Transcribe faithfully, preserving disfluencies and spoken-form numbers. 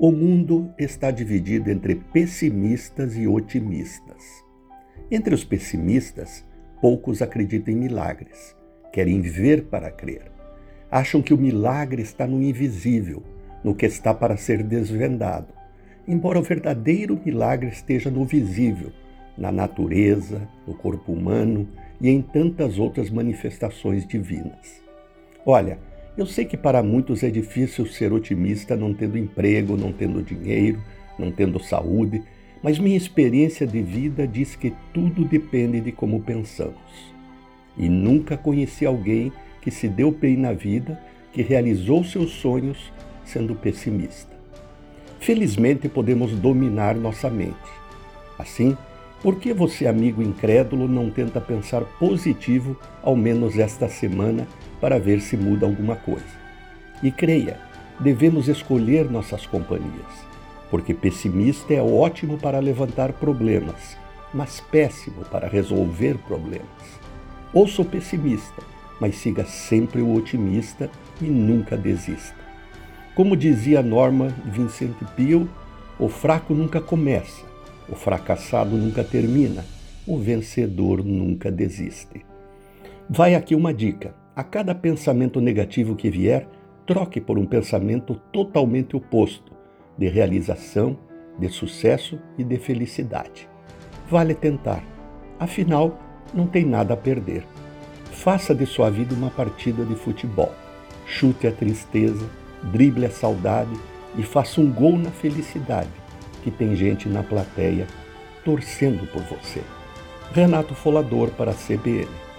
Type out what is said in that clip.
O mundo está dividido entre pessimistas e otimistas. Entre os pessimistas, poucos acreditam em milagres, querem ver para crer. Acham que o milagre está no invisível, no que está para ser desvendado, embora o verdadeiro milagre esteja no visível, na natureza, no corpo humano e em tantas outras manifestações divinas. Olha, eu sei que para muitos é difícil ser otimista não tendo emprego, não tendo dinheiro, não tendo saúde, mas minha experiência de vida diz que tudo depende de como pensamos. E nunca conheci alguém que se deu bem na vida, que realizou seus sonhos sendo pessimista. Felizmente podemos dominar nossa mente. Assim, por que você, amigo incrédulo, não tenta pensar positivo ao menos esta semana para ver se muda alguma coisa? E creia, devemos escolher nossas companhias, porque pessimista é ótimo para levantar problemas, mas péssimo para resolver problemas. Ouça o pessimista, mas siga sempre o otimista e nunca desista. Como dizia Norman Vincent Peale, o fraco nunca começa, o fracassado nunca termina, o vencedor nunca desiste. Vai aqui uma dica: a cada pensamento negativo que vier, troque por um pensamento totalmente oposto, de realização, de sucesso e de felicidade. Vale tentar, afinal, não tem nada a perder. Faça de sua vida uma partida de futebol. Chute a tristeza, drible a saudade e faça um gol na felicidade, que tem gente na plateia torcendo por você. Renato Folador para a C B N.